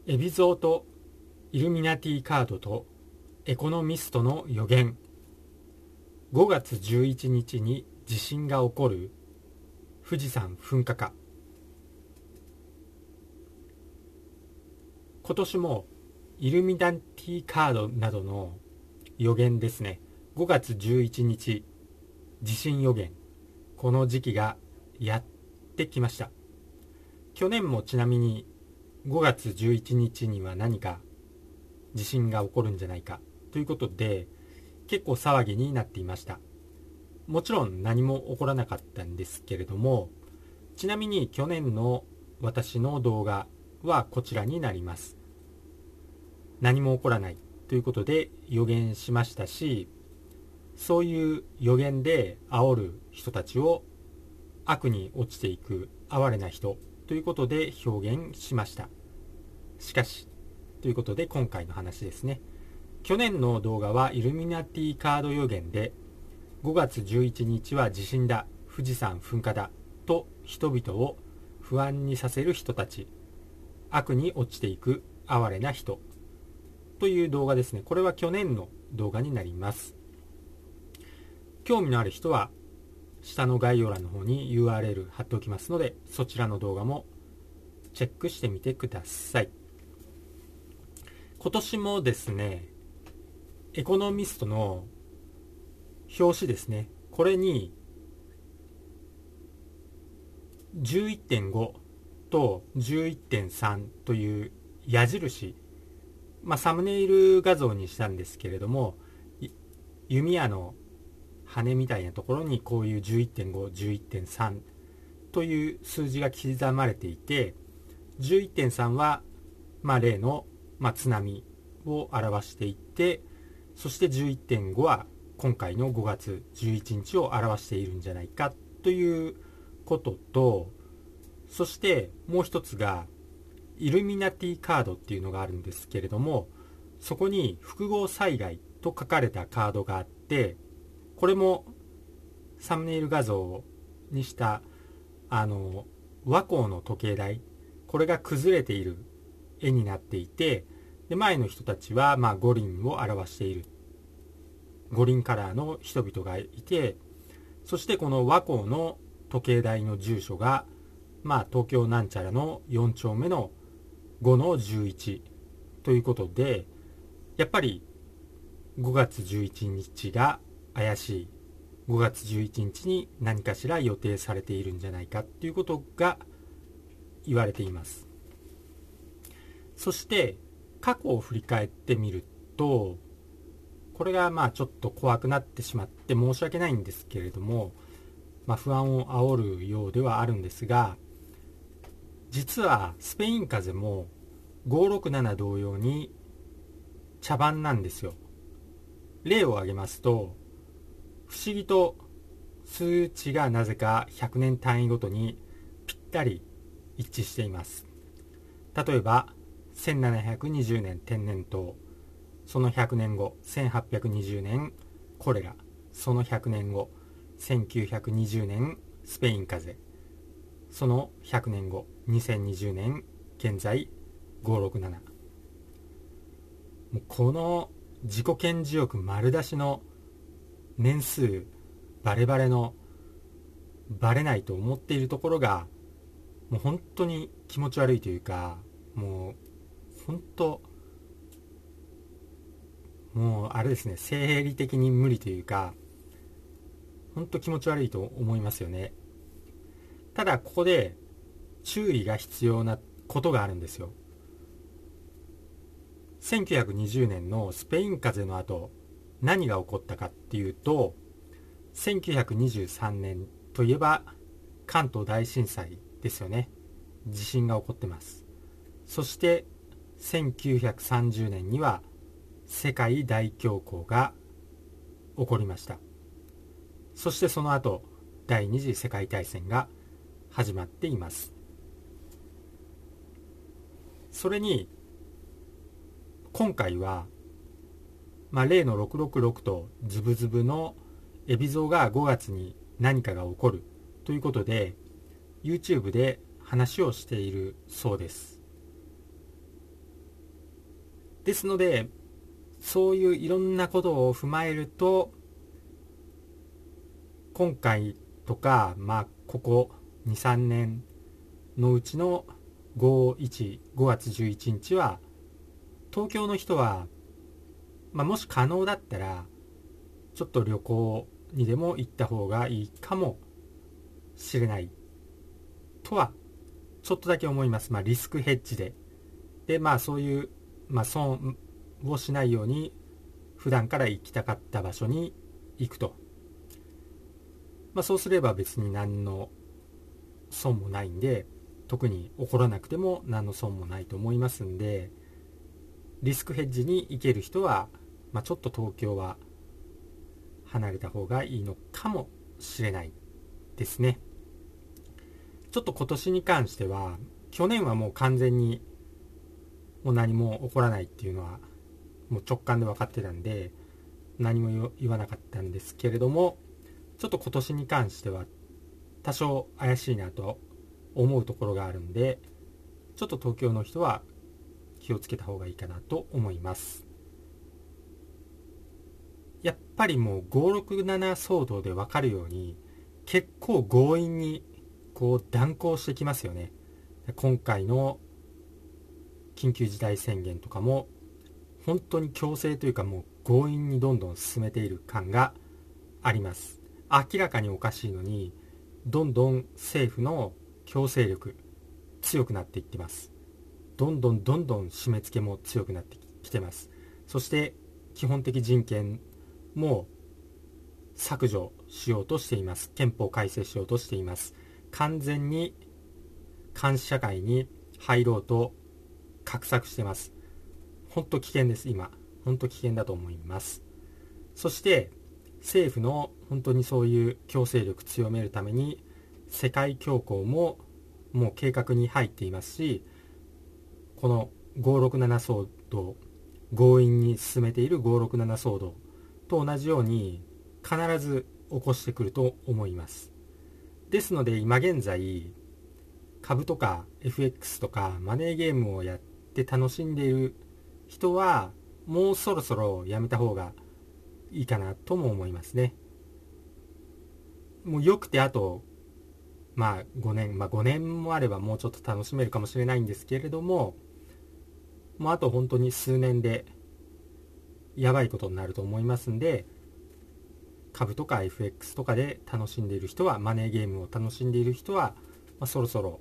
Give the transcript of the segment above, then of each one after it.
海老蔵とイルミナティカードとエコノミストの予言。5月11日に地震が起こる。富士山噴火か。今年もイルミナティカードなどの予言ですね。5月11日地震予言。この時期がやってきました。去年もちなみに5月11日には何か地震が起こるんじゃないかということで結構騒ぎになっていました。もちろん何も起こらなかったんですけれども、ちなみに去年の私の動画はこちらになります。何も起こらないということで予言しましたし、そういう予言で煽る人たちを悪に落ちていく哀れな人ということで表現しました。しかしということで今回の話ですね。去年の動画はイルミナティカード予言で、5月11日は地震だ、富士山噴火だと人々を不安にさせる人たち、悪に落ちていく哀れな人という動画ですね。これは去年の動画になります。興味のある人は下の概要欄の方に URL 貼っておきますので、そちらの動画もチェックしてみてください。今年もですね、エコノミストの表紙ですね、これに 11.5 と 11.3 という矢印、サムネイル画像にしたんですけれども、弓矢の羽みたいなところにこういう 11.5、11.3 という数字が刻まれていて、11.3 は例の津波を表していて、そして 11.5 は今回の5月11日を表しているんじゃないかということと、そしてもう一つがイルミナティカードっていうのがあるんですけれども、そこに複合災害と書かれたカードがあって、これもサムネイル画像にした和光の時計台、これが崩れている絵になっていて、で前の人たちは五輪を表している、五輪カラーの人々がいて、そしてこの和光の時計台の住所が東京なんちゃらの4丁目の5の11ということで、やっぱり5月11日が怪しい、5月11日に何かしら予定されているんじゃないかということが言われています。そして過去を振り返ってみると、これがちょっと怖くなってしまって申し訳ないんですけれども、不安を煽るようではあるんですが、実はスペイン風邪も567同様に茶番なんですよ。例を挙げますと、不思議と数値がなぜか100年単位ごとにぴったり一致しています。例えば1720年天然痘、その100年後1820年コレラ、その100年後1920年スペイン風邪、その100年後2020年現在567。もうこの自己顕示欲丸出しの年数バレバレのバレないと思っているところがもう本当に気持ち悪いというか、もう本当もうあれですね、生理的に無理というか本当気持ち悪いと思いますよね。ただここで注意が必要なことがあるんですよ。1920年のスペイン風邪の後何が起こったかっていうと、1923年といえば関東大震災ですよね。地震が起こってます。そして1930年には世界大恐慌が起こりました。そしてその後第二次世界大戦が始まっています。それに今回は、例の666とズブズブの海老蔵が5月に何かが起こるということで YouTube で話をしているそうです。 ですので、そういういろんなことを踏まえると、今回とか、ここ2、3年のうちの5月11日は、東京の人は、もし可能だったら、ちょっと旅行にでも行った方がいいかもしれないとは、ちょっとだけ思います。リスクヘッジで。で、そういう、損をしないように、普段から行きたかった場所に行くと。そうすれば別に何の損もないんで、特に起こらなくても何の損もないと思いますんで、リスクヘッジに行ける人は、ちょっと東京は離れた方がいいのかもしれないですね。ちょっと今年に関しては、去年はもう完全にもう何も起こらないっていうのはもう直感で分かってたんで、何も言わなかったんですけれども、ちょっと今年に関しては多少怪しいなと思うところがあるんで、ちょっと東京の人は気をつけた方がいいかなと思います。やっぱりもう567騒動で分かるように、結構強引にこう断行してきますよね。今回の緊急事態宣言とかも本当に強制というか、もう強引にどんどん進めている感があります。明らかにおかしいのに、どんどん政府の強制力強くなっていってます。どんどん締め付けも強くなってきてます。そして基本的人権も削除しようとしています。憲法改正しようとしています。完全に監視社会に入ろうと画策してます。本当危険です。今本当危険だと思います。そして政府の本当にそういう強制力強めるために、世界恐慌ももう計画に入っていますし、この567騒動、強引に進めている567騒動と同じように必ず起こしてくると思います。ですので今現在、株とか FX とかマネーゲームをやって楽しんでいる人は、もうそろそろやめた方がいいかなとも思いますね。もうよくてあと5年、5年もあればもうちょっと楽しめるかもしれないんですけれども、もうあと本当に数年でやばいことになると思いますんで、株とか FX とかで楽しんでいる人は、マネーゲームを楽しんでいる人は、そろそろ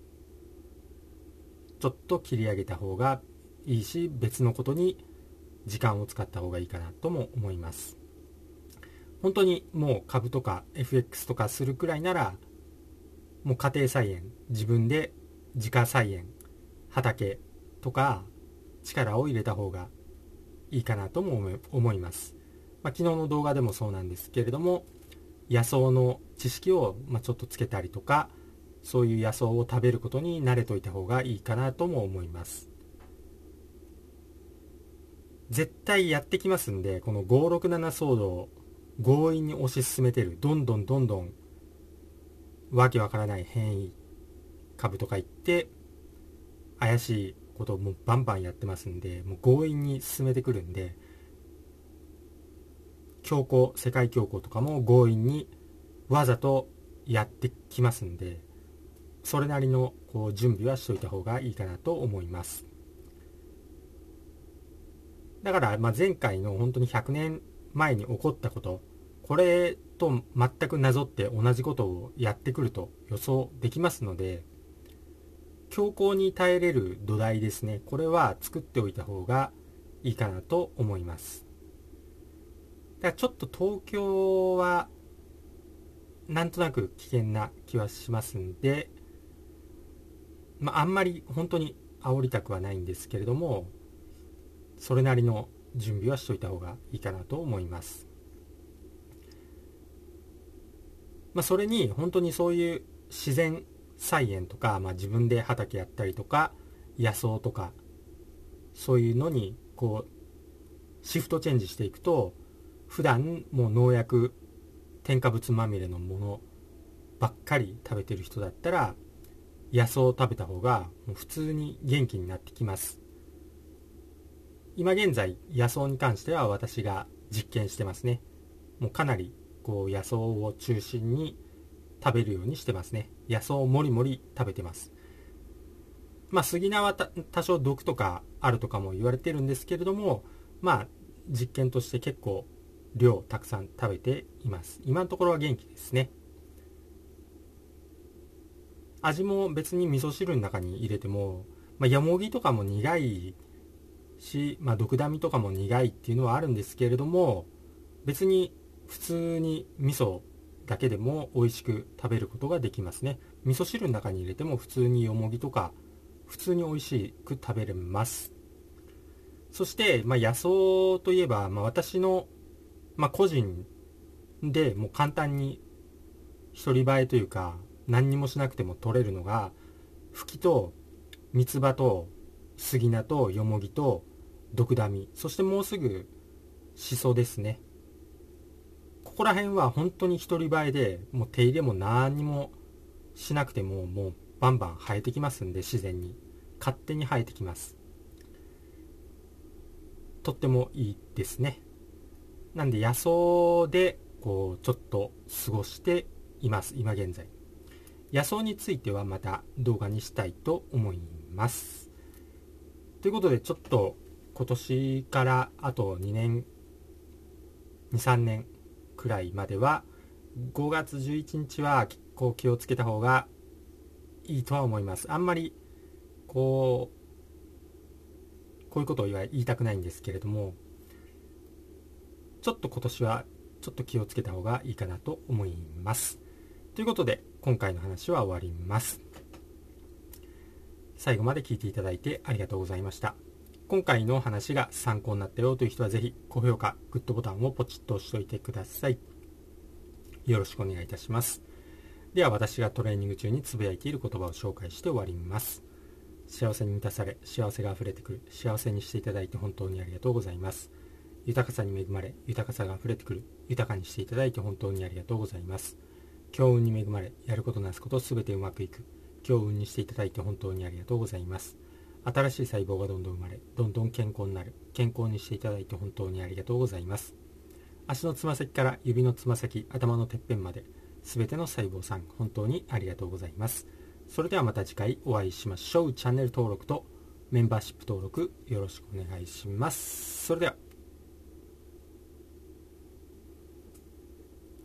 ちょっと切り上げた方がいいし、別のことに時間を使った方がいいかなとも思います。本当にもう株とか FX とかするくらいなら、もう家庭菜園、自分で自家菜園、畑とか力を入れた方がいいかなとも思います。昨日の動画でもそうなんですけれども、野草の知識をちょっとつけたりとか、そういう野草を食べることに慣れといた方がいいかなとも思います。絶対やってきますんで、この567騒動を強引に推し進めてる、どんどんわけわからない変異株とか言って怪しいことをもうバンバンやってますんで、もう強引に進めてくるんで、世界恐慌とかも強引にわざとやってきますんで、それなりの準備はしといた方がいいかなと思います。だから前回の本当に100年前に起こったこと、これと全くなぞって同じことをやってくると予想できますので、恐慌に耐えれる土台ですね、これは作っておいた方がいいかなと思います。だからちょっと東京はなんとなく危険な気はしますんで、あんまり本当に煽りたくはないんですけれども、それなりの準備はしといた方がいいかなと思います。それに本当にそういう自然菜園とか、自分で畑やったりとか野草とか、そういうのにシフトチェンジしていくと、普段もう農薬添加物まみれのものばっかり食べてる人だったら、野草を食べた方がもう普通に元気になってきます。 今現在野草に関しては私が実験してますね。もうかなりこう野草を中心に食べるようにしてますね。野草をもりもり食べてます。杉菜は多少毒とかあるとかも言われてるんですけれども、実験として結構量たくさん食べています。今のところは元気ですね。味も別に味噌汁の中に入れても、よもぎとかも苦いし、毒ダミとかも苦いっていうのはあるんですけれども、別に普通に味噌だけでも美味しく食べることができますね。味噌汁の中に入れても普通によもぎとか普通に美味しく食べれます。そして、野草といえば、私の、個人でもう簡単に一人映えというか何にもしなくても取れるのが、フキと三つ葉と杉菜とよもぎとドクダミ、そしてもうすぐシソですね。ここら辺は本当に一人映えで、もう手入れも何にもしなくてももうバンバン生えてきますんで、自然に勝手に生えてきます。とってもいいですね。なんで野草でこうちょっと過ごしています、今現在。野草についてはまた動画にしたいと思います。ということで、ちょっと今年からあと2年2、3年くらいまでは5月11日は結構気をつけた方がいいとは思います。あんまりこういうことを言いたくないんですけれども、ちょっと今年はちょっと気をつけた方がいいかなと思います。ということで、今回の話は終わります。最後まで聞いていただいてありがとうございました。今回の話が参考になったよという人はぜひ高評価、グッドボタンをポチッと押しておいてください。よろしくお願いいたします。では、私がトレーニング中につぶやいている言葉を紹介して終わります。幸せに満たされ、幸せがあふれてくる。幸せにしていただいて本当にありがとうございます。豊かさに恵まれ、豊かさがあふれてくる。豊かにしていただいて本当にありがとうございます。強運に恵まれ、やることなすことすべてうまくいく。強運にしていただいて本当にありがとうございます。新しい細胞がどんどん生まれ、どんどん健康になる。健康にしていただいて本当にありがとうございます。足のつま先から指のつま先、頭のてっぺんまで、すべての細胞さん、本当にありがとうございます。それではまた次回お会いしましょう。チャンネル登録とメンバーシップ登録よろしくお願いします。それでは。